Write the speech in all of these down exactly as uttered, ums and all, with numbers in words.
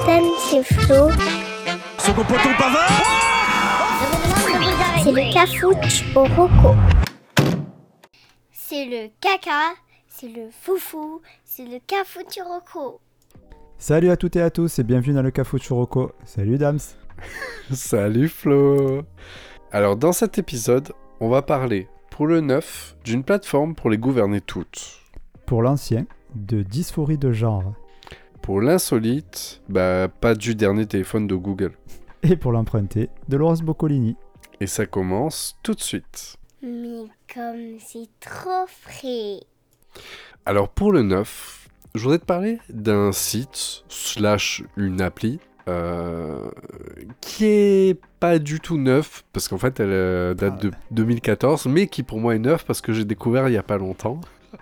Captain, c'est Flo. Second poteau Pavard. C'est le cafouche au roco. C'est le caca, c'est le foufou, c'est le cafouche au roco. Salut à toutes et à tous et bienvenue dans le Cafouche au roco. Salut Dams. Salut Flo. Alors dans cet épisode, on va parler pour le neuf d'une plateforme pour les gouverner toutes. Pour l'ancien, de dysphorie de genre. Pour l'insolite, bah pas du dernier téléphone de Google. Et pour l'emprunté, de Laurence Boccolini. Et ça commence tout de suite. Mais comme c'est trop frais. Alors pour le neuf, je voudrais te parler d'un site slash une appli euh, qui est pas du tout neuf, parce qu'en fait elle euh, date de deux mille quatorze, mais qui pour moi est neuf parce que j'ai découvert il y a pas longtemps.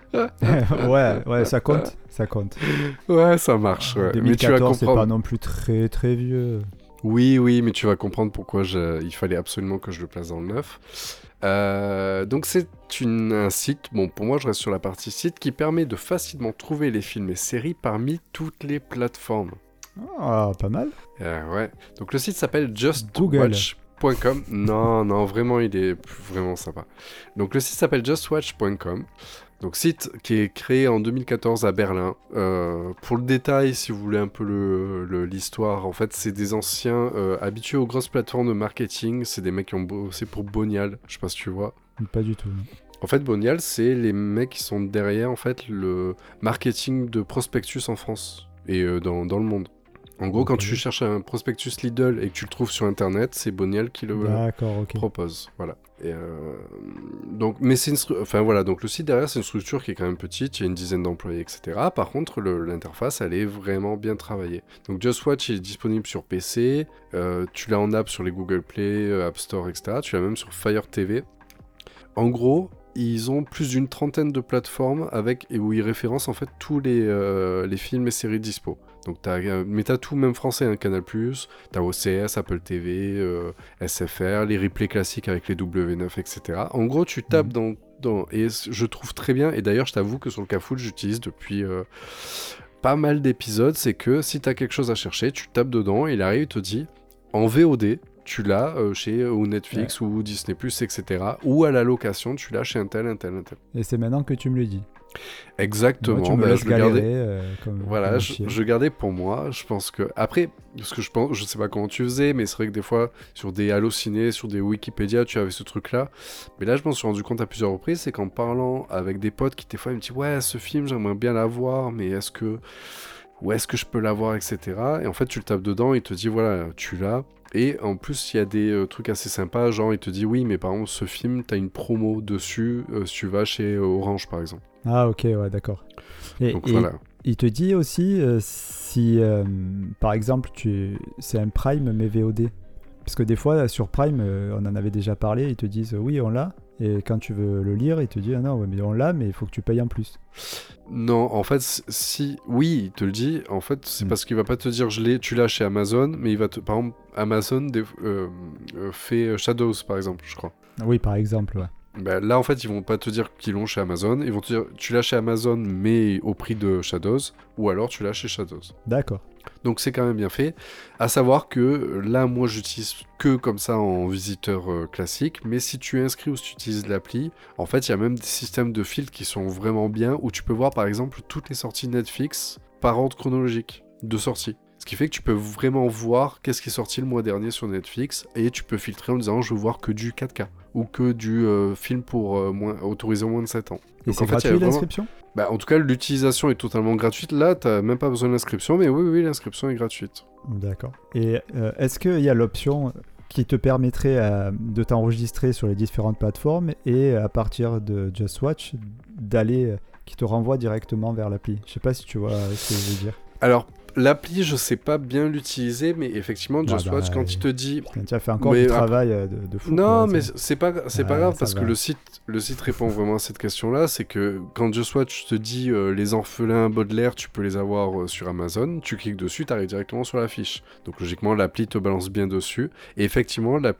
ouais, ouais, ça compte, ça compte. Ouais, ça marche. Ouais. deux mille quatorze, mais tu vas comprendre... c'est pas non plus très très vieux. Oui, oui, mais tu vas comprendre pourquoi je... il fallait absolument que je le place dans le neuf. Euh, donc c'est une, un site, bon pour moi je reste sur la partie site, qui permet de facilement trouver les films et séries parmi toutes les plateformes. Ah, pas mal. Euh, ouais, donc le site s'appelle just Google. watch point com. Non, non, vraiment il est vraiment sympa. Donc le site s'appelle just watch point com. Donc site qui est créé en deux mille quatorze à Berlin. Euh, pour le détail, si vous voulez un peu le, le, l'histoire, en fait c'est des anciens euh, habitués aux grosses plateformes de marketing. C'est des mecs qui ont bossé pour Bonial, je sais pas si tu vois. Pas du tout. En fait Bonial, c'est les mecs qui sont derrière en fait le marketing de prospectus en France et euh, dans, dans le monde. En gros, okay. Quand tu cherches un prospectus Lidl et que tu le trouves sur internet, c'est Bonial qui le okay. propose. Voilà. Et euh, donc, mais c'est une stru- enfin voilà, donc le site derrière, c'est une structure qui est quand même petite, il y a une dizaine d'employés, et cetera. Par contre, le, l'interface, elle est vraiment bien travaillée. Donc Just Watch, il est disponible sur P C, euh, tu l'as en app sur les Google Play, App Store, et cetera. Tu l'as même sur Fire T V. En gros, ils ont plus d'une trentaine de plateformes avec et où ils référencent en fait tous les, euh, les films et séries dispo. Donc t'as, euh, mais t'as tout, même français, hein, Canal plus, t'as O C S, Apple T V, euh, S F R, les replays classiques avec les W neuf, et cetera. En gros, tu tapes mmh. dans, dans... Et je trouve très bien, et d'ailleurs, je t'avoue que sur le Cafouche, j'utilise depuis euh, pas mal d'épisodes, c'est que si t'as quelque chose à chercher, tu tapes dedans, et il arrive, il te dit, en V O D, tu l'as euh, chez ou Netflix ouais. ou Disney plus, et cetera. Ou à la location, tu l'as chez un tel, un tel, un tel. Et c'est maintenant que tu me le dis. Exactement. Moi, tu me bah, laisses je galérer. Gardais... Euh, comme, voilà, comme je, je gardais pour moi. Je pense que après, parce que je pense, je sais pas comment tu faisais, mais c'est vrai que des fois sur des Allociné, sur des Wikipédia, tu avais ce truc-là. Mais là, je m'en suis rendu compte à plusieurs reprises, c'est qu'en parlant avec des potes qui des fois ils me disent ouais, ce film, j'aimerais bien l'avoir, mais est-ce que où est-ce que je peux l'avoir, et cetera. Et en fait, tu le tapes dedans, il te dit voilà, tu l'as. Et en plus, il y a des euh, trucs assez sympas, genre il te dit oui, mais par exemple, ce film, t'as une promo dessus euh, si tu vas chez euh, Orange, par exemple. Ah, ok, ouais, d'accord. Et, Donc et voilà. Il te dit aussi euh, si, euh, par exemple, tu... c'est un Prime, mais V O D. Parce que des fois, sur Prime, euh, on en avait déjà parlé, ils te disent oui, on l'a. Et quand tu veux le lire, il te dit ah non, ouais, mais on l'a, mais il faut que tu payes en plus. Non, en fait, si, oui, il te le dit. En fait, c'est mm. parce qu'il va pas te dire je l'ai, tu l'as chez Amazon, mais il va te, par exemple, Amazon des, euh, euh, fait Shadows, par exemple, je crois. Oui, par exemple, ouais. Ben, là, en fait, ils vont pas te dire qu'ils l'ont chez Amazon. Ils vont te dire tu l'as chez Amazon, mais au prix de Shadows, ou alors tu l'as chez Shadows. D'accord. Donc c'est quand même bien fait. À savoir que là, moi, j'utilise que comme ça en visiteur euh, classique. Mais si tu es inscrit ou si tu utilises l'appli, en fait, il y a même des systèmes de filtres qui sont vraiment bien, où tu peux voir, par exemple, toutes les sorties Netflix par ordre chronologique de sortie. Ce qui fait que tu peux vraiment voir qu'est-ce qui est sorti le mois dernier sur Netflix, et tu peux filtrer en disant je veux voir que du quatre K ou que du euh, film pour euh, moins, autorisé au moins de sept ans. Et donc, c'est en gratuit fait, vraiment... l'inscription ? Bah, en tout cas, l'utilisation est totalement gratuite. Là, t'as même pas besoin d'inscription, mais oui, oui, l'inscription est gratuite. D'accord. Et euh, est-ce qu'il y a l'option qui te permettrait euh, de t'enregistrer sur les différentes plateformes et à partir de Just Watch, d'aller, euh, qui te renvoie directement vers l'appli ? Je sais pas si tu vois ce que je veux dire. Alors, l'appli, je sais pas bien l'utiliser, mais effectivement, Just ah bah, Watch, quand euh, il te dit... Putain, tu as fait encore mais, du travail de, de fou. Non, quoi, mais c'est, c'est pas, c'est ah, pas grave, parce va. que le site, le site répond vraiment à cette question-là. C'est que quand Just Watch te dit euh, les orphelins Baudelaire, tu peux les avoir euh, sur Amazon, tu cliques dessus, tu arrives directement sur la fiche. Donc logiquement, l'appli te balance bien dessus. Et effectivement, l'appli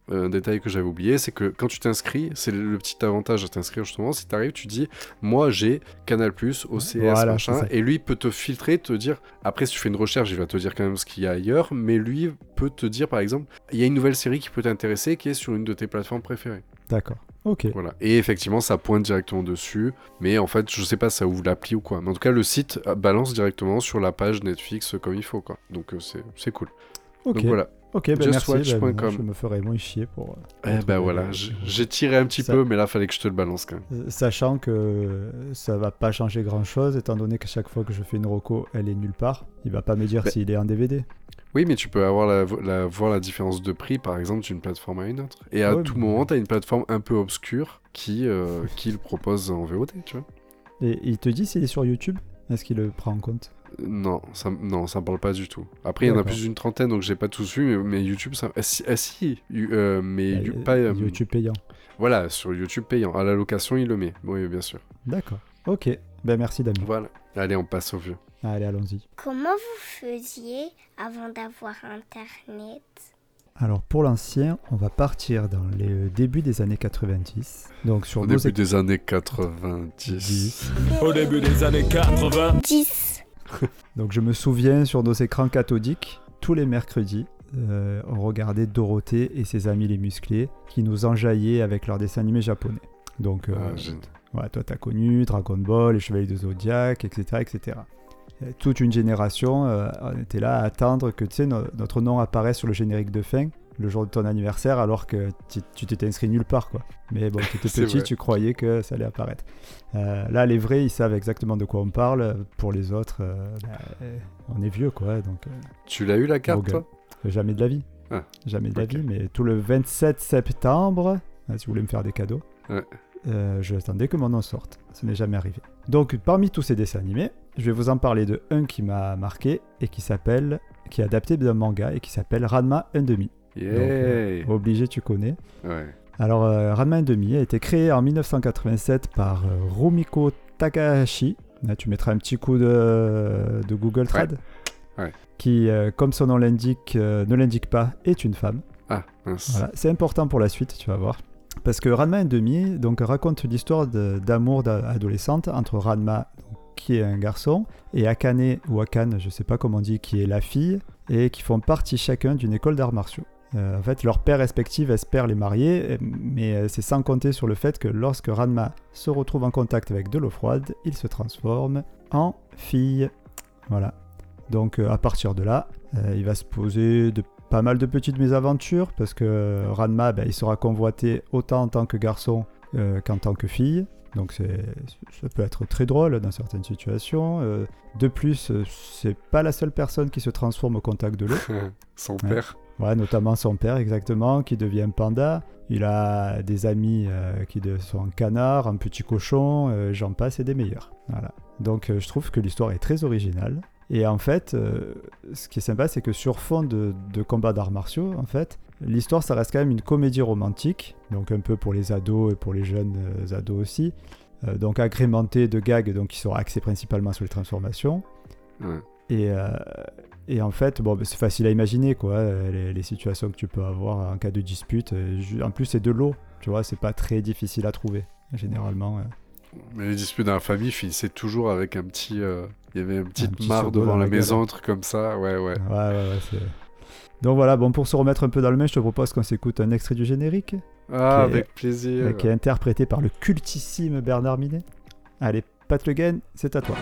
un détail que j'avais oublié, c'est que quand tu t'inscris, c'est le, le petit avantage de t'inscrire justement, si tu arrives, tu dis, moi j'ai Canal+, O C S, Voilà, machin, c'est ça. et lui peut te filtrer, te dire, après si tu fais une recherche, il va te dire quand même ce qu'il y a ailleurs, mais lui peut te dire par exemple, il y a une nouvelle série qui peut t'intéresser, qui est sur une de tes plateformes préférées. D'accord. Ok. Voilà. Et effectivement, ça pointe directement dessus, mais en fait, je sais pas, ça ouvre l'appli ou quoi. Mais en tout cas, le site euh, balance directement sur la page Netflix euh, comme il faut, quoi. Donc euh, c'est, c'est cool. Ok. Donc voilà. Ok, ben merci. justwatch point com. Ben, je me ferai moins chier pour. pour Eh ben trouver voilà, le- j- j'ai tiré un petit Ça- peu, mais là, fallait que je te le balance quand même. Euh, Sachant que ça va pas changer grand chose, étant donné qu'à chaque fois que je fais une reco, elle est nulle part. Il va pas me dire Ben- s'il est en D V D. Oui, mais tu peux avoir la, la- voir la différence de prix, par exemple, d'une plateforme à une autre. Et à Ouais, tout mais- moment, t'as une plateforme un peu obscure qui, euh, qui le propose en V O D, tu vois. Et il te dit s'il est sur YouTube? Est-ce qu'il le prend en compte? Non, ça, non, ça me parle pas du tout. Après, il y en a D'accord. plus d'une trentaine, donc j'ai pas tous vu, mais, mais YouTube, ça... Ah si, ah, si, you- euh, mais Bah, you- euh, pas... euh, YouTube payant. Voilà, sur YouTube payant. À la location, il le met. Oui, bien sûr. D'accord. Ok. Ben merci Damien. Voilà. Allez, on passe au vieux. Allez, allons-y. Comment vous faisiez avant d'avoir Internet? Alors pour l'ancien, on va partir dans les euh, débuts des années quatre-vingt-dix. Donc sur Au nos début éc- des années quatre-vingt-dix. dix. Au début des années quatre-vingts. dix. Donc je me souviens sur nos écrans cathodiques, tous les mercredis, euh, on regardait Dorothée et ses amis les musclés qui nous enjaillaient avec leurs dessins animés japonais. Donc euh, Ah, génial. ouais, toi t'as connu Dragon Ball, les Chevaliers de Zodiac, et cetera et cetera. Et toute une génération, euh, on était là à attendre que tu sais, no- notre nom apparaisse sur le générique de fin le jour de ton anniversaire alors que tu tu t'étais inscrit nulle part quoi. Mais bon, tu étais C'est petit, vrai. tu croyais que ça allait apparaître. Euh, là, les vrais, ils savent exactement de quoi on parle. Pour les autres, euh, bah, euh, on est vieux quoi, donc euh, Tu l'as eu la carte, Google. toi jamais de la vie. Ah, Jamais de la ok. vie, mais tout le vingt-sept septembre, ah, si vous voulez me faire des cadeaux, Ouais. euh, je attendais que mon nom sorte. Ce n'est jamais arrivé. Donc, parmi tous ces dessins animés, je vais vous en parler de un qui m'a marqué et qui s'appelle, qui est adapté d'un manga et qui s'appelle Ranma un demi. Yeah. Obligé, tu connais. Ouais. Alors, euh, Ranma un demi a été créé en mille neuf cent quatre-vingt-sept par euh, Rumiko Takahashi. Là, tu mettras un petit coup de, de Google Trad. Ouais. Qui, euh, comme son nom l'indique, euh, ne l'indique pas, est une femme. Ah, mince. Voilà, c'est important pour la suite, tu vas voir. Parce que Ranma un demi donc, raconte l'histoire de- d'amour d'a- adolescente entre Ranma, donc, qui est un garçon, et Akane, ou Akane, je sais pas comment on dit, qui est la fille, et qui font partie chacun d'une école d'arts martiaux. Euh, en fait, leurs pères respectifs espèrent les marier, mais euh, c'est sans compter sur le fait que lorsque Ranma se retrouve en contact avec de l'eau froide, il se transforme en fille. Voilà. Donc euh, à partir de là, euh, il va se poser de pas mal de petites mésaventures parce que euh, Ranma, ben, il sera convoité autant en tant que garçon euh, qu'en tant que fille. Donc c'est, ça peut être très drôle dans certaines situations. Euh, de plus, euh, c'est pas la seule personne qui se transforme au contact de l'eau. Son Ouais. père. Ouais, notamment son père, exactement, qui devient panda. Il a des amis euh, qui de- sont un canard, un petit cochon, euh, j'en passe et des meilleurs. Voilà. Donc euh, je trouve que l'histoire est très originale. Et en fait, euh, ce qui est sympa, c'est que sur fond de, de combats d'arts martiaux, en fait, l'histoire, ça reste quand même une comédie romantique, donc un peu pour les ados et pour les jeunes euh, ados aussi, euh, donc agrémentée de gags donc, qui sont axés principalement sur les transformations. Ouais. Et, euh, et en fait, bon, bah, c'est facile à imaginer, quoi, euh, les, les situations que tu peux avoir en cas de dispute. Euh, ju- En plus, c'est de l'eau, tu vois, c'est pas très difficile à trouver, généralement. euh. Mais les disputes dans la famille finissaient toujours avec un petit... euh, Il y avait une petite petit mare seau d'eau devant dans la la maison, gueule. un truc comme ça. Ouais, ouais. Ouais, ouais, ouais, c'est... Donc voilà, bon, pour se remettre un peu dans le main, je te propose qu'on s'écoute un extrait du générique, Ah, Qui est- avec plaisir. euh, qui est interprété par le cultissime Bernard Minet. Allez, Pat Le Guen, c'est à toi.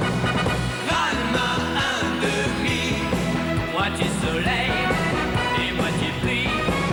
Moitié soleil et moitié pluie.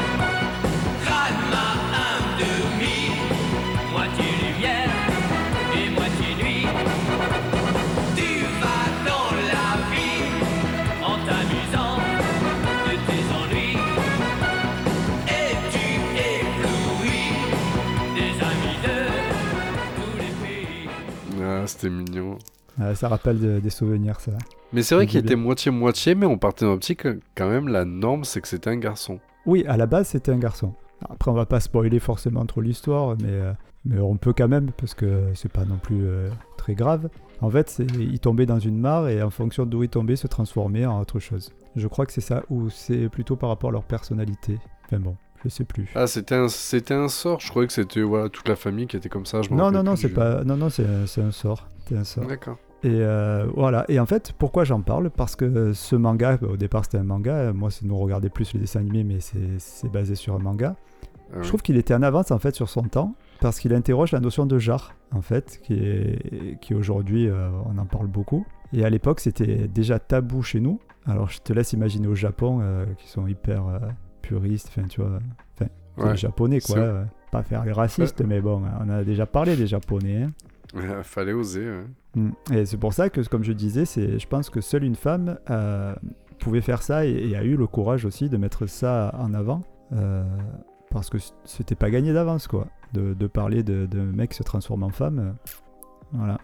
Ranma un demi, moitié lumière et moitié nuit. Tu vas dans la vie en t'amusant de tes ennuis. Et tu éblouis des amis de tous les pays. Ah, c'était mignon. Euh, ça rappelle de- des souvenirs, ça. Mais c'est vrai C'est qu'il bien. était moitié-moitié, mais on partait dans l'optique que, quand même, la norme, c'est que c'était un garçon. Oui, à la base, c'était un garçon. Après, on va pas spoiler forcément trop l'histoire, mais, euh, mais on peut quand même, parce que c'est pas non plus euh, très grave. En fait, c'est, il tombait dans une mare et en fonction d'où il tombait, il se transformait en autre chose. Je crois que c'est ça, ou c'est plutôt par rapport à leur personnalité. Enfin bon, Je sais plus. Ah, c'était un, c'était un sort. Je croyais que c'était voilà, toute la famille qui était comme ça. Je m'en non, rappelle non, non, plus c'est du- pas. Non, non, c'est un, c'est un sort. C'est un sort. D'accord. Et euh, voilà. Et en fait, pourquoi j'en parle? Parce que ce manga, bah, au départ, c'était un manga. Moi, c'est nous regardait plus les dessins animés, mais c'est, c'est basé sur un manga. Ah, Je oui. trouve qu'il était en avance en fait sur son temps parce qu'il interroge la notion de genre en fait qui est qui aujourd'hui euh, on en parle beaucoup et à l'époque c'était déjà tabou chez nous. Alors je te laisse imaginer au Japon euh, qui sont hyper euh, puristes, enfin tu vois, enfin c'est Ouais, les Japonais quoi, c'est- euh, pas faire les racistes mais bon on en a déjà parlé des Japonais. Hein. Ouais, fallait oser. Ouais. Mm. Et c'est pour ça que comme je disais c'est je pense que seule une femme euh, pouvait faire ça et, et a eu le courage aussi de mettre ça en avant. Euh, parce que c'était pas gagné d'avance quoi de, de parler de, de mec qui se transforme en femme euh, voilà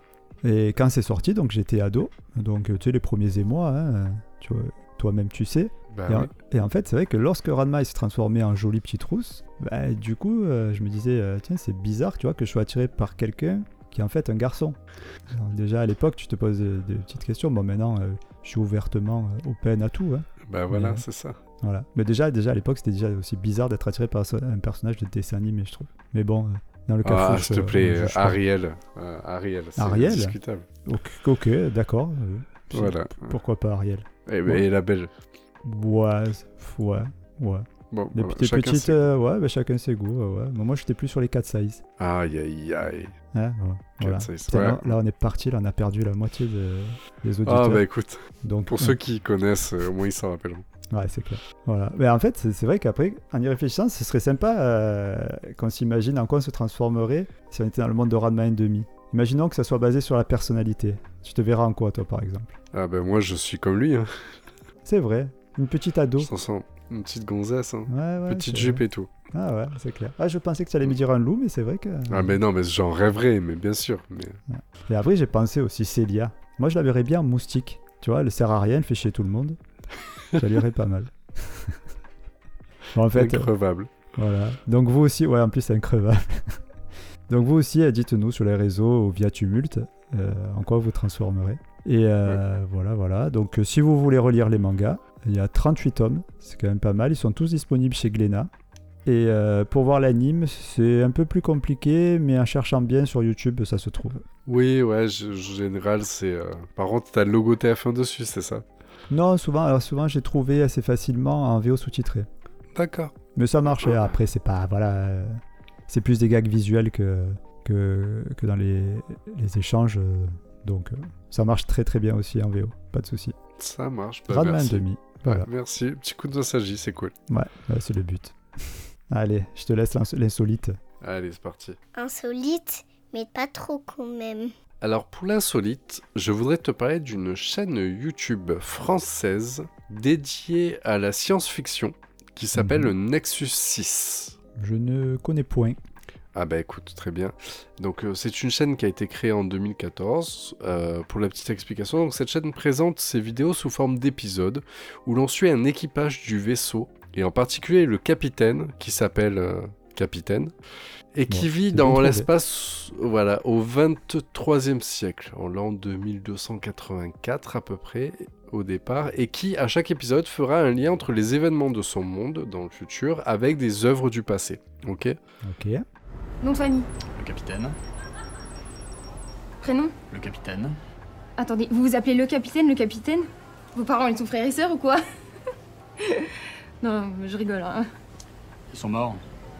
et quand c'est sorti donc j'étais ado donc tu sais les premiers émois hein, tu vois, toi-même tu sais Bah, et, en, oui. et en fait c'est vrai que lorsque Ranma il se transformait en jolie petite rousse bah, du coup euh, je me disais euh, tiens c'est bizarre tu vois que je sois attiré par quelqu'un qui est en fait un garçon. Alors, déjà à l'époque tu te poses des, des petites questions bon maintenant euh, je suis ouvertement euh, open à tout hein. Bah voilà, Mais, euh, c'est ça. Voilà. Mais déjà, déjà à l'époque, c'était déjà aussi bizarre d'être attiré par un personnage de dessin animé, je trouve. Mais bon, euh, dans le cas Ah, fauche, s'il te euh, plaît, on euh, juge pas. Ariel. Euh, Ariel, c'est Ariel discutable. Ok, ok, d'accord. euh, puis Voilà. Pourquoi pas Ariel? Et, Ouais. et la belle. Ouais, c'est- ouais, ouais. Bon, Les voilà, petites, chacun petites ses- euh, ouais, bah, chacun ses goûts, ouais, ouais. Mais moi, j'étais plus sur les quatre size. Aïe, aïe, aïe. Hein, ouais, voilà. Cat size, Putain, ouais. là, là, on est parti, là, on a perdu la moitié de- des auditeurs. Ah, bah écoute, Donc, pour ouais. ceux qui connaissent, euh, au moins ils s'en rappelleront. Ouais, c'est clair. Voilà. Mais en fait, c'est c'est vrai qu'après, en y réfléchissant, ce serait sympa euh, qu'on s'imagine en quoi on se transformerait si on était dans le monde de Ranma un demi. Imaginons que ça soit basé sur la personnalité. Tu te verras en quoi, toi, par exemple? Ah, bah moi je suis comme lui, hein. C'est vrai. Une petite ado. Je sens ça. Une petite gonzesse, hein. Ouais, ouais. Petite c'est jupe vrai. et tout. Ah ouais, c'est clair. Ah, je pensais que tu allais me dire un loup, mais c'est vrai que... Ah, mais non, mais j'en rêverais, mais bien sûr. Mais... Et après, j'ai pensé aussi Célia. Moi, je la verrais bien en moustique. Tu vois, elle sert à rien, elle fait chier tout le monde. Ça lui irait pas mal. Bon, en fait... euh, Increvable. Voilà. Donc vous aussi, ouais, en plus c'est increvable. Donc vous aussi, euh, dites-nous sur les réseaux ou via Tumult euh, en quoi vous transformerez. Et euh, voilà, voilà. Donc euh, si vous voulez relire les mangas, il y a trente-huit tomes, c'est quand même pas mal. Ils sont tous disponibles chez Glénat. Et euh, pour voir l'anime, c'est un peu plus compliqué, mais en cherchant bien sur YouTube, ça se trouve. Oui, ouais, je- en général, c'est... euh, Par contre, t'as le logo T F un dessus, c'est ça? Non, souvent, alors souvent j'ai trouvé assez facilement en V O sous-titré. D'accord. Mais ça marchait. Après, c'est pas, voilà, euh, c'est plus des gags visuels que que, que dans les, les échanges. euh, donc, euh, ça marche très très bien aussi en V O. Pas de souci. Ça marche. Bah, Ranma un merci. demi. Voilà. Ouais, merci. Petit coup de nostalgie, c'est cool. Ouais, ouais, c'est le but. Allez, je te laisse l'ins- l'insolite. Allez, c'est parti. Insolite, mais pas trop quand même. Alors pour l'insolite, je voudrais te parler d'une chaîne YouTube française dédiée à la science-fiction qui s'appelle Mhm. Nexus six. Je ne connais point. Ah bah écoute, très bien. Donc euh, c'est une chaîne qui a été créée en deux mille quatorze. Euh, pour la petite explication, donc cette chaîne présente ses vidéos sous forme d'épisodes où l'on suit un équipage du vaisseau, et en particulier le capitaine qui s'appelle euh, Capitaine, et qui Bon, vit c'est bien dans trouvé. l'espace, voilà, au vingt-troisième siècle, en l'an deux mille deux cent quatre-vingt-quatre à peu près au départ, et qui à chaque épisode fera un lien entre les événements de son monde dans le futur avec des œuvres du passé. Ok ? Ok. Nom de famille. Le capitaine. Prénom. Le capitaine. Attendez, vous vous appelez le capitaine, le capitaine Vos parents, ils sont frères et sœurs ou quoi? Non, non, je rigole. Hein. Ils sont morts.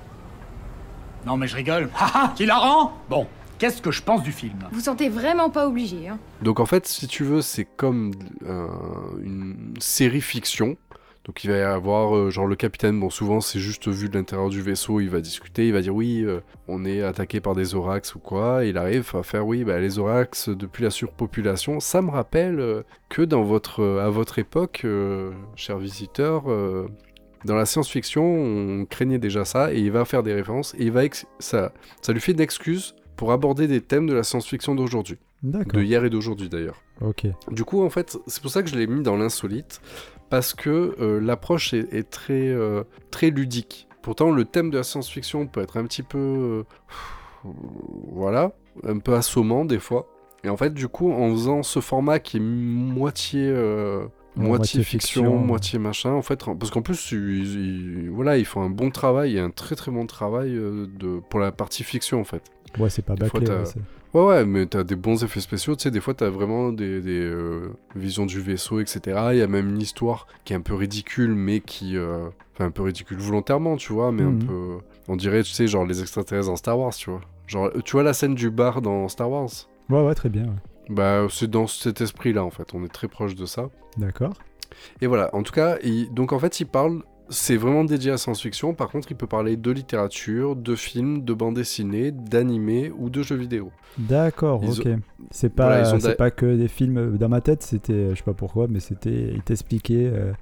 Non mais je rigole. Haha, hilarant. Bon, qu'est-ce que je pense du film? Vous sentez vraiment pas obligé. Hein. Donc en fait, si tu veux, c'est comme euh, une série fiction. Donc il va y avoir, euh, genre le capitaine, bon souvent c'est juste vu de l'intérieur du vaisseau, il va discuter, il va dire oui, euh, on est attaqué par des Zorax ou quoi, et il arrive à faire oui, bah, les Zorax, depuis la surpopulation, ça me rappelle euh, que dans votre, euh, à votre époque, euh, chers visiteurs, euh, dans la science-fiction, on craignait déjà ça, et il va faire des références, et il va ex- ça, ça lui fait une excuse pour aborder des thèmes de la science-fiction d'aujourd'hui, D'accord. de hier et d'aujourd'hui d'ailleurs. Ok. Du coup, en fait, c'est pour ça que je l'ai mis dans l'insolite, parce que euh, l'approche est, est très, euh, très ludique. Pourtant, le thème de la science-fiction peut être un petit peu... euh, voilà, un peu assommant des fois. Et en fait, du coup, en faisant ce format qui est moitié, euh, Ouais, moitié fiction, moitié machin. En fait, parce qu'en plus, ils, ils- voilà, ils font un bon travail, et un très très bon travail euh, de, pour la partie fiction en fait. Ouais, c'est pas Des fois, bâclé. t'as- Ouais, c'est- Ouais, ouais, mais t'as des bons effets spéciaux, tu sais, des fois t'as vraiment des, des euh, visions du vaisseau, et cetera. Il y a même une histoire qui est un peu ridicule, mais qui... euh, Enfin, un peu ridicule volontairement, tu vois, mais Mhm. un peu... On dirait, tu sais, genre les extraterrestres dans Star Wars, tu vois. Genre, euh, tu vois la scène du bar dans Star Wars? ouais, ouais, très bien. Ouais. Bah, c'est dans cet esprit-là, en fait, on est très proche de ça. D'accord. Et voilà, en tout cas, il- donc en fait, il parle... C'est vraiment dédié à science-fiction, par contre, il peut parler de littérature, de films, de bande dessinée, d'animés ou de jeux vidéo. D'accord, Ils ok. C'est pas, Voilà, ils ont c'est da- pas que des films. Dans ma tête, c'était, je sais pas pourquoi, mais c'était, il t'expliquait euh,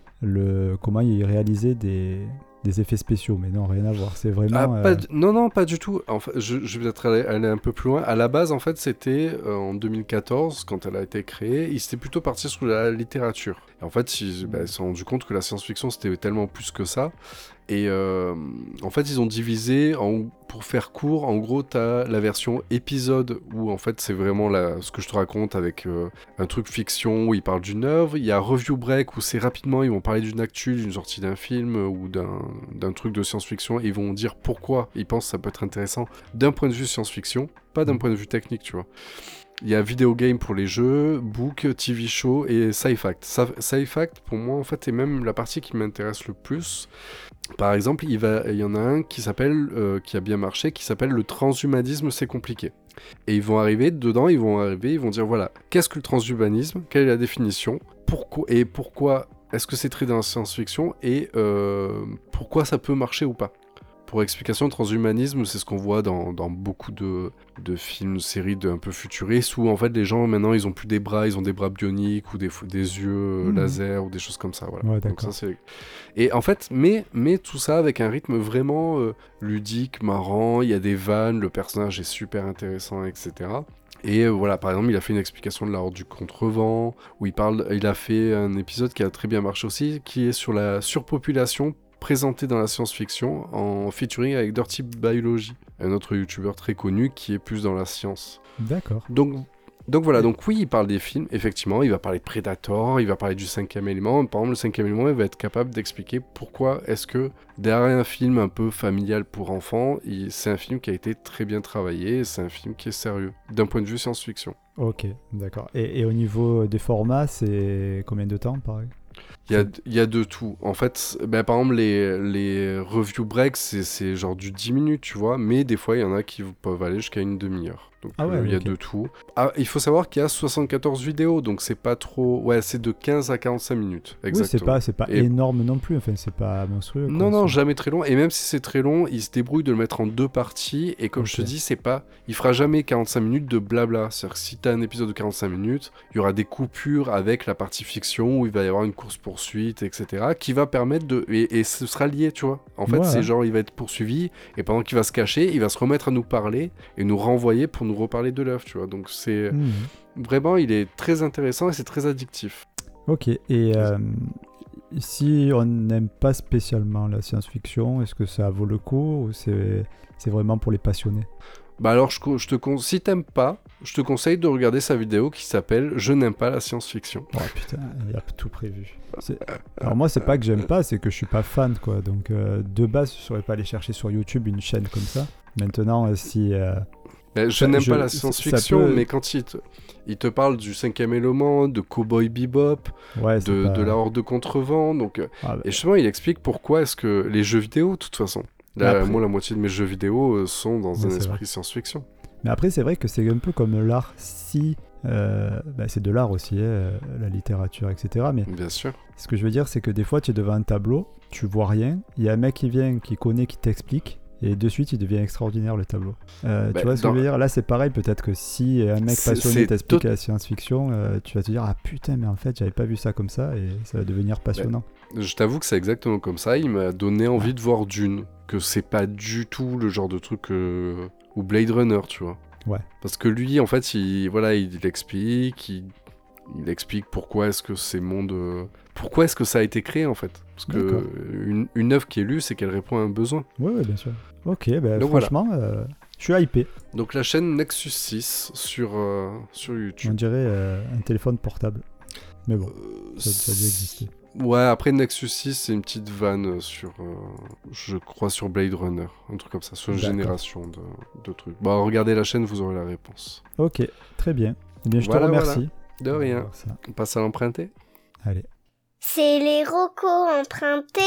le comment il réalisait des, des effets spéciaux, mais non, rien à voir. C'est Ah, vraiment. pas euh, d- Non, non, pas du tout. En fait, je, je vais peut-être aller, aller un peu plus loin. À la base, en fait, c'était euh, en deux mille quatorze, quand elle a été créée, ils s'étaient plutôt partis sur la littérature. Et en fait, ils bah, ils se sont rendus compte que la science-fiction, c'était tellement plus que ça. Et euh, en fait, ils ont divisé, en, pour faire court, en gros, tu as la version épisode, où en fait, c'est vraiment la, ce que je te raconte avec euh, un truc fiction où ils parlent d'une œuvre. Il y a Review Break, où c'est rapidement, ils vont parler d'une actu, d'une sortie d'un film euh, ou d'un, d'un truc de science-fiction, et ils vont dire pourquoi ils pensent que ça peut être intéressant d'un point de vue science-fiction, pas d'un point de vue technique, tu vois. Il y a Video Game pour les jeux, Book, T V Show et Sci-Fact. Sa- Sci-Fact, pour moi, en fait, est même la partie qui m'intéresse le plus. Par exemple, il, va, il y en a un qui s'appelle, euh, qui a bien marché, qui s'appelle le transhumanisme, c'est compliqué. Et ils vont arriver dedans, ils vont arriver, ils vont dire voilà, qu'est-ce que le transhumanisme, quelle est la définition, pourquoi et pourquoi est-ce que c'est très dans la science-fiction et euh, pourquoi ça peut marcher ou pas. Pour explication, le transhumanisme, c'est ce qu'on voit dans, dans beaucoup de, de films, séries de, un peu futuristes, où en fait les gens maintenant ils ont plus des bras, ils ont des bras bioniques ou des, des yeux euh, Mhm. laser ou des choses comme ça. Voilà. Ouais, Donc d'accord. ça, c'est... Et en fait, mais, mais tout ça avec un rythme vraiment euh, ludique, marrant, il y a des vannes, le personnage est super intéressant, et cetera. Et euh, voilà, par exemple, il a fait une explication de la Horde du Contrevent, où il parle, il a fait un épisode qui a très bien marché aussi, qui est sur la surpopulation présentée dans la science-fiction en featuring avec Dirty Biology, un autre youtubeur très connu qui est plus dans la science. D'accord. Donc, donc voilà, donc oui, il parle des films, effectivement, il va parler de Predator, il va parler du cinquième élément. Par exemple, le cinquième élément, il va être capable d'expliquer pourquoi est-ce que derrière un film un peu familial pour enfants, il- c'est un film qui a été très bien travaillé, et c'est un film qui est sérieux, d'un point de vue science-fiction. Ok, d'accord. Et, et au niveau des formats, c'est combien de temps, pareil? Il y a, il y a de tout. En fait, ben, par exemple, les, les review breaks, c'est, c'est genre du dix minutes, tu vois, mais des fois, il y en a qui peuvent aller jusqu'à une demi-heure. Donc, Ah ouais, euh, il y a ok. de tout. Ah, il faut savoir qu'il y a soixante-quatorze vidéos, donc c'est pas trop... Ouais, c'est de quinze à quarante-cinq minutes, exactement. Oui, c'est pas, c'est pas Et- énorme non plus. Enfin, c'est pas monstrueux. quoi, Non, non, c'est- jamais très long. Et même si c'est très long, il se débrouille de le mettre en deux parties. Et comme je te Ok. dis, c'est pas... Il fera jamais quarante-cinq minutes de blabla. C'est-à-dire que si t'as un épisode de quarante-cinq minutes, il y aura des coupures avec la partie fiction où il va y avoir une course-poursuite, et cetera. Qui va permettre de... Et, et ce sera lié, tu vois. En fait, Ouais, c'est ouais. genre, il va être poursuivi. Et pendant qu'il va se cacher, il va se remettre à nous parler et nous renvoyer pour nous reparler de l'œuvre, tu vois. Donc c'est... Mhm. Vraiment, il est très intéressant et c'est très addictif. Ok, et euh, si on n'aime pas spécialement la science-fiction, est-ce que ça vaut le coup ou c'est, c'est vraiment pour les passionnés? Bah alors, je, co- je te con... si t'aimes pas, je te conseille de regarder sa vidéo qui s'appelle « Je n'aime pas la science-fiction Oh putain, il y a tout prévu. C'est- Alors moi, c'est pas que j'aime pas, c'est que je suis pas fan, quoi. Donc euh, de base, je saurais pas aller chercher sur YouTube une chaîne comme ça. Maintenant, euh, si... euh, ». Ben, je Ça- n'aime je- pas la ça science-fiction, peut- mais quand il te... il te parle du cinquième élément, de Cowboy Bebop, Ouais, c'est de, pas... de la Horde de Contrevent, donc... euh, Ah, bah, Et justement, il explique pourquoi est-ce que les jeux vidéo, de toute façon, là, Après- moi, la moitié de mes jeux vidéo euh, sont dans Ouais, un c'est esprit vrai. science-fiction. Mais après, c'est vrai que c'est un peu comme l'art. Si... euh, bah, c'est de l'art aussi, hein, euh, la littérature, et cetera. Mais Bien sûr. ce que je veux dire, c'est que des fois, tu es devant un tableau, tu vois rien, il y a un mec qui vient, qui connaît, qui t'explique, et de suite, il devient extraordinaire le tableau. Euh, Bah, tu vois ce dans- que je veux dire? Là, c'est pareil, peut-être que si un mec C'est- passionné c'est t'explique tot- la science-fiction, euh, tu vas te dire, ah putain, mais en fait, j'avais pas vu ça comme ça, et ça va devenir passionnant. Je t'avoue que c'est exactement comme ça. Il m'a donné envie de voir Dune, que c'est pas du tout le genre de truc euh, ou Blade Runner, tu vois. Ouais. Parce que lui, en fait, il voilà, il, il explique, il, il explique pourquoi est-ce que ces mondes, euh, pourquoi est-ce que ça a été créé en fait. Parce que D'accord. euh, une, une œuvre qui est lue, c'est qu'elle répond à un besoin. Ouais, ouais, bien sûr. Ok, bah, Donc voilà. franchement, euh, je suis hypé. Donc la chaîne Nexus six sur euh, sur On YouTube. dirait euh, un téléphone portable. Mais bon, Euh, ça, ça a dû exister. Ouais, après Nexus six, c'est une petite vanne sur, euh, je crois, sur Blade Runner, un truc comme ça, sur une D'accord. génération de, de trucs. Bon, regardez la chaîne, vous aurez la réponse. Ok, très bien. Eh bien, je Voilà, te remercie. De On va rien. voir ça. On passe à l'emprunter. Allez. C'est les rocos empruntés.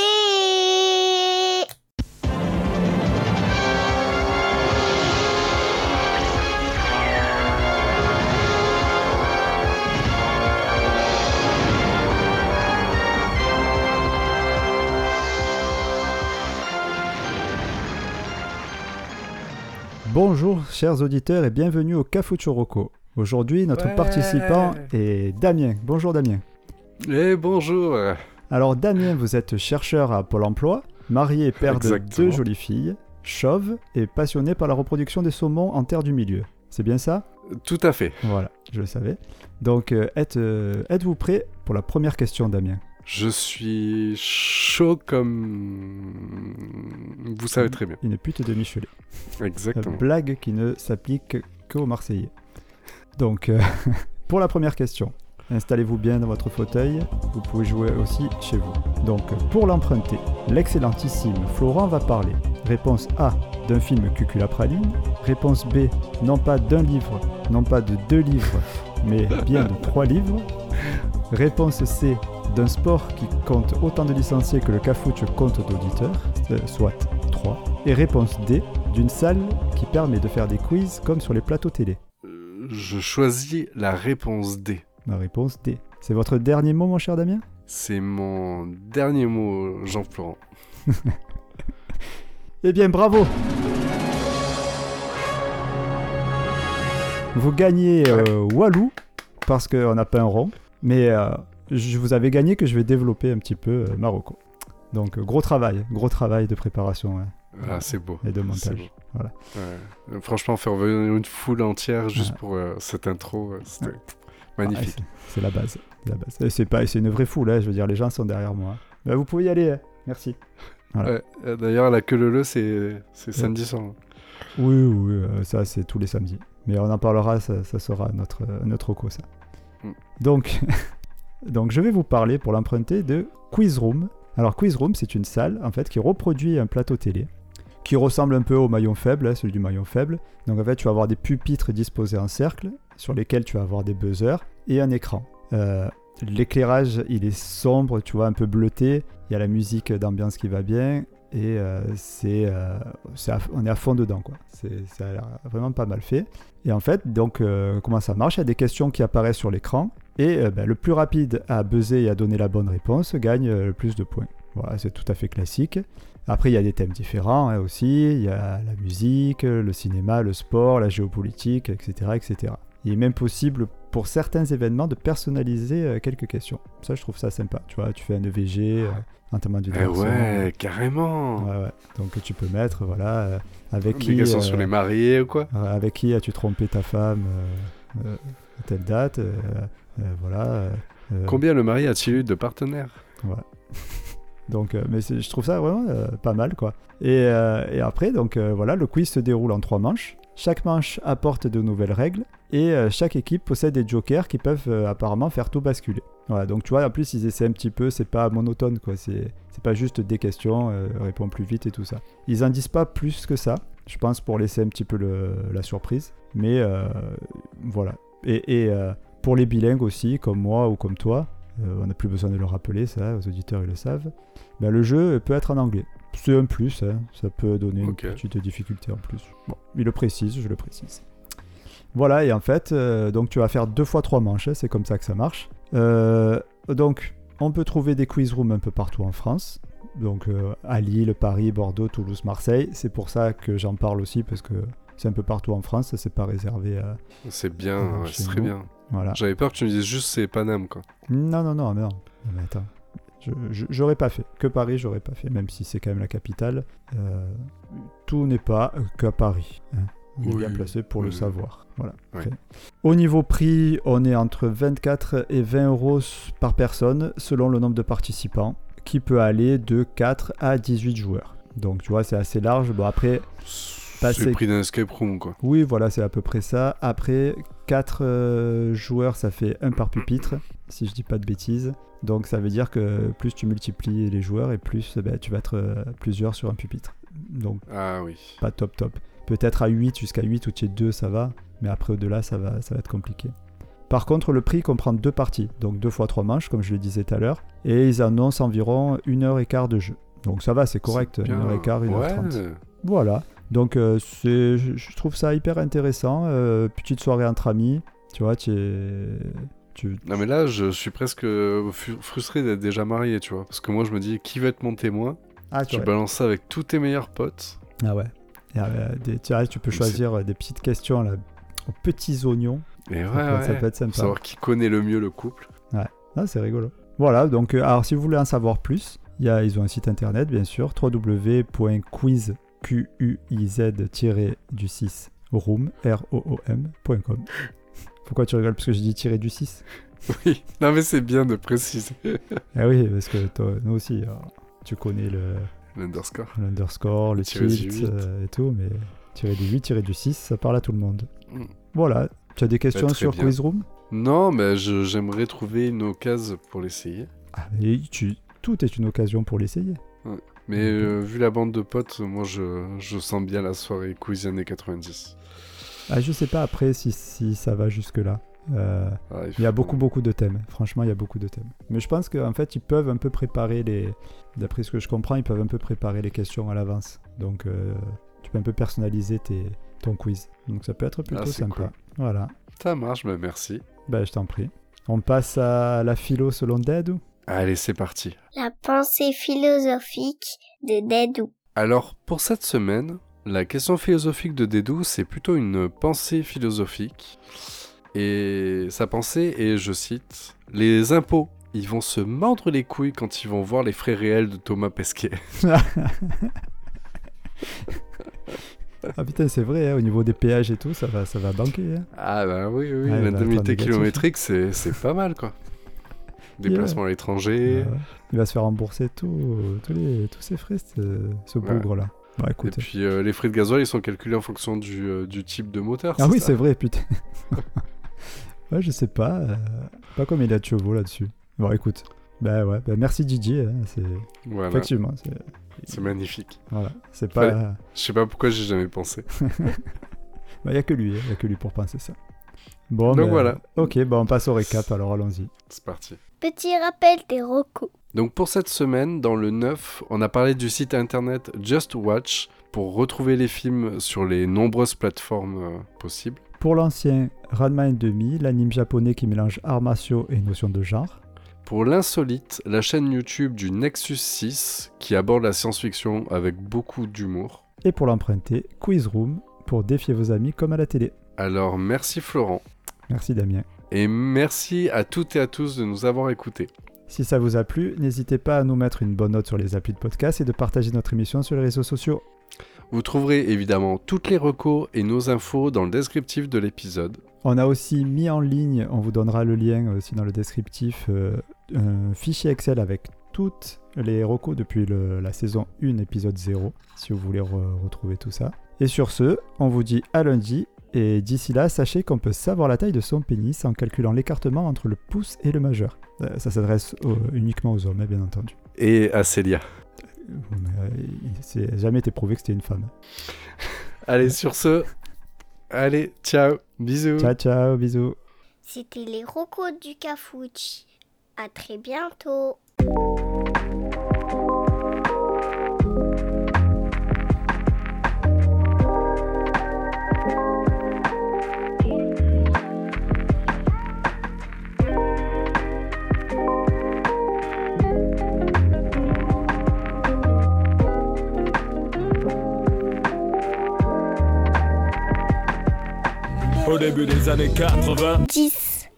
Bonjour, chers auditeurs, et bienvenue au Cafucho Rocco. Aujourd'hui, notre Ouais. participant est Damien. Bonjour Damien. Eh bonjour. Alors Damien, vous êtes chercheur à Pôle emploi, marié et père de Exactement. deux jolies filles, chauve et passionné par la reproduction des saumons en terre du milieu. C'est bien ça? Tout à fait. Voilà, je le savais. Donc euh, êtes, euh, êtes-vous prêt pour la première question, Damien? Je suis chaud comme... Vous savez très bien. Une pute de Michelet. Exactement. Blague qui ne s'applique qu'aux Marseillais. Donc, euh, pour la première question, installez-vous bien dans votre fauteuil, vous pouvez jouer aussi chez vous. Donc, pour l'emprunter, l'excellentissime Florent va parler. Réponse A, d'un film Cuculapraline. Réponse B, non pas d'un livre, non pas de deux livres, mais bien de trois livres. Réponse C, d'un sport qui compte autant de licenciés que le Cafucho compte d'auditeurs, euh, soit trois. Et réponse D, d'une salle qui permet de faire des quiz comme sur les plateaux télé. Euh, Je choisis la réponse D. Ma réponse D. C'est votre dernier mot, mon cher Damien? C'est mon dernier mot, Jean-Florent. Eh bien, bravo! Vous gagnez euh, Walou, parce qu'on n'a pas un rond, mais euh, je vous avais gagné que je vais développer un petit peu euh, Marocco. Donc, euh, gros travail, gros travail de préparation hein, Ah, c'est beau. et de C'est montage. beau. Voilà. Ouais. Euh, Franchement, faire venir une foule entière juste Ouais. pour euh, cette intro, euh, c'était Ouais. magnifique. Ah, c'est, c'est la base. C'est, la base. Et c'est, pas, c'est une vraie foule, hein, je veux dire, les gens sont derrière moi. Bah, vous pouvez y aller, hein. Merci. Voilà. Ouais, euh, D'ailleurs, la queue leu c'est, c'est samedi soir. hein. Oui, oui, euh, ça c'est tous les samedis. Mais on en parlera, ça, ça sera notre, euh, notre roco, ça. Mm. Donc, donc, je vais vous parler pour l'emprunter de Quiz Room. Alors, Quiz Room, c'est une salle en fait qui reproduit un plateau télé qui ressemble un peu au maillon faible, hein, celui du maillon faible. Donc, en fait, tu vas avoir des pupitres disposés en cercle sur lesquels tu vas avoir des buzzers et un écran. Euh, l'éclairage, il est sombre, tu vois, un peu bleuté. Il y a la musique d'ambiance qui va bien. Et euh, c'est, euh, c'est à- on est à fond dedans, quoi. C'est, ça a l'air vraiment pas mal fait. Et en fait, donc, euh, comment ça marche? Il y a des questions qui apparaissent sur l'écran. Et euh, ben, le plus rapide à buzzer et à donner la bonne réponse gagne euh, le plus de points. Voilà, c'est tout à fait classique. Après, il y a des thèmes différents hein, aussi. Il y a la musique, le cinéma, le sport, la géopolitique, et cetera, et cetera. Il est même possible pour certains événements de personnaliser euh, quelques questions. Ça, je trouve ça sympa. Tu vois, tu fais un E V G, euh, enterrement du Eh garçon. ouais, carrément. Ouais, ouais. Donc tu peux mettre, voilà, euh, avec Des qui, questions euh, sur les mariés ou quoi euh, avec qui as-tu trompé ta femme euh, euh, à telle date, euh, euh, voilà. euh, euh, Combien le mari a-t-il eu de partenaires voilà. Donc, euh, mais c'est- je trouve ça vraiment euh, pas mal, quoi. Et, euh, et après, donc euh, voilà, le quiz se déroule en trois manches. Chaque manche apporte de nouvelles règles et euh, chaque équipe possède des jokers qui peuvent euh, apparemment faire tout basculer. Voilà, donc tu vois, en plus ils essaient un petit peu, c'est pas monotone, quoi. C'est, c'est pas juste des questions, euh, réponds plus vite et tout ça. Ils en disent pas plus que ça, je pense, pour laisser un petit peu le- la surprise. Mais euh, voilà. Et, et euh, pour les bilingues aussi, comme moi ou comme toi, euh, on n'a plus besoin de le rappeler, ça, aux auditeurs ils le savent. Ben, le jeu peut être en anglais. C'est un plus, hein. Ça peut donner Ok. une petite difficulté en plus. Bon, il le précise, je le précise. Voilà, et en fait, euh, donc tu vas faire deux fois trois manches, hein, c'est comme ça que ça marche. Euh, donc, on peut trouver des quiz rooms un peu partout en France. Donc, euh, à Lille, Paris, Bordeaux, Toulouse, Marseille. C'est pour ça que j'en parle aussi, parce que c'est un peu partout en France, c'est pas réservé à... C'est bien, Euh, ouais, chez c'est très nous. bien. Voilà. J'avais peur que tu me dises juste c'est Paname, quoi. Non, non, non, mais non. Non, mais attends. Je, je- j'aurais pas fait. Que Paris, j'aurais pas fait, même si c'est quand même la capitale. Euh, tout n'est pas euh, qu'à Paris. hein. On est Oui, bien placé pour le oui. savoir. Voilà. Ouais. Ok. Au niveau prix, on est entre vingt-quatre et vingt euros par personne, selon le nombre de participants, qui peut aller de quatre à dix-huit joueurs. Donc, tu vois, c'est assez large. Bon, après, C'est Passer- le prix d'un escape room, quoi. oui, voilà, c'est à peu près ça. Après, quatre joueurs, ça fait un par pupitre. si je dis pas de bêtises. Donc ça veut dire que plus tu multiplies les joueurs et plus bah, tu vas être euh, plusieurs sur un pupitre. Donc Ah oui. pas top top. Peut-être à huit, jusqu'à huit où tu es deux, ça va. Mais après au-delà, ça va, ça va être compliqué. Par contre, le prix comprend deux parties. Donc deux fois trois manches, comme je le disais tout à l'heure. Et ils annoncent environ une heure et quart de jeu. Donc ça va, c'est correct. C'est une bien. heure et quart, une heure trente. Ouais. Voilà. Donc euh, c'est, je, je trouve ça hyper intéressant. Euh, petite soirée entre amis. Tu vois, tu es... Tu... Non mais là, je suis presque fu- frustré d'être déjà marié, tu vois. Parce que moi, je me dis, qui va être mon témoin? Ah, Tu ouais. balances ça avec tous tes meilleurs potes. Ah ouais. Et, euh, des, tu, vois, tu peux C'est- choisir euh, des petites questions là, aux petits oignons. Et ouais, ça, peut, ouais. ça peut être sympa. Pour savoir qui connaît le mieux le couple. Ah, c'est rigolo. Voilà, donc euh, alors si vous voulez en savoir plus, il y a, ils ont un site internet bien sûr, w w w point quiz du six room r o o m point com. Pourquoi tu rigoles? Parce que j'ai dit tiré du six. Oui. Non mais c'est bien de préciser. Ah oui, parce que toi, nous aussi, alors, tu connais le, L'underscore. l'underscore, le Tiré du tilt huit. euh, et tout, mais tiré du huit, tiré du six, ça parle à tout le monde. Mm. Voilà, tu as des questions très sur bien. Quizroom? Non, mais je- j'aimerais trouver une occasion pour l'essayer. Ah, et tu, tout est une occasion pour l'essayer. Mais euh, vu la bande de potes, moi je, je sens bien la soirée quiz années quatre-vingt-dix. Ah, je sais pas après si, si ça va jusque-là. Euh, Ah, il y a faut- beaucoup, beaucoup de thèmes. Franchement, il y a beaucoup de thèmes. Mais je pense qu'en fait, ils peuvent un peu préparer les... D'après ce que je comprends, ils peuvent un peu préparer les questions à l'avance. Donc, euh, tu peux un peu personnaliser tes... ton quiz. Donc, ça peut être plutôt Ah, c'est sympa. cool. Voilà. Ça marche, bah merci. Bah, je t'en prie. On passe à la philo selon Dedou. Allez, c'est parti. La pensée philosophique de Dedou. Alors, pour cette semaine, la question philosophique de Dédou, c'est plutôt une pensée philosophique. Et sa pensée est, je cite, « Les impôts, ils vont se mordre les couilles quand ils vont voir les frais réels de Thomas Pesquet. Ah putain, c'est vrai, hein, au niveau des péages et tout, ça va, ça va banquer. Hein. » Ah bah oui, oui, Ouais, il va l'indemnité être en négatif. kilométrique, c'est c'est pas mal, quoi. Déplacement à l'étranger. Ouais. Il va se faire rembourser tout, tous, les, tous ces frais, ce, ce Ouais. bougre-là. Bah Et écoute. puis euh, les frais de gasoil, ils sont calculés en fonction du, euh, du type de moteur. Ah oui, ça c'est vrai, putain. Ouais, je sais pas. euh, pas comme il a de chevaux là-dessus. Bon, écoute. Bah ouais, bah merci Didier. Hein, c'est... Voilà, Effectivement, c'est... c'est magnifique. Voilà, c'est pas... Fallait- Je sais pas pourquoi j'ai jamais pensé. Bah y a que lui, hein, y a que lui pour penser ça. Bon, Donc bah, voilà. Ok, bah on passe au récap, alors allons-y. C'est parti. Petit rappel des recos. Donc pour cette semaine, dans le neuf, on a parlé du site internet Just Watch pour retrouver les films sur les nombreuses plateformes euh, possibles. Pour l'ancien, Ranma et demi, l'anime japonais qui mélange arts martiaux et notions de genre. Pour l'insolite, la chaîne YouTube du Nexus six qui aborde la science-fiction avec beaucoup d'humour. Et pour l'emprunter, Quizroom, pour défier vos amis comme à la télé. Alors merci Florent, Merci Damien. et merci à toutes et à tous de nous avoir écoutés. Si ça vous a plu, n'hésitez pas à nous mettre une bonne note sur les applis de podcast et de partager notre émission sur les réseaux sociaux. Vous trouverez évidemment toutes les recos et nos infos dans le descriptif de l'épisode. On a aussi mis en ligne, on vous donnera le lien aussi dans le descriptif, euh, un fichier Excel avec toutes les recos depuis le- la saison un, épisode zéro, si vous voulez re- retrouver tout ça. Et sur ce, on vous dit à lundi, et d'ici là, sachez qu'on peut savoir la taille de son pénis en calculant l'écartement entre le pouce et le majeur. Euh, Ça s'adresse au- uniquement aux hommes, hein, bien entendu. Et à Célia. Euh, mais, euh, il- c'est jamais été prouvé que c'était une femme. Allez, sur ce, allez, ciao, bisous. Ciao, ciao, bisous. C'était les recos du Cafouche. À très bientôt. Au début des années quatre-vingts. dix.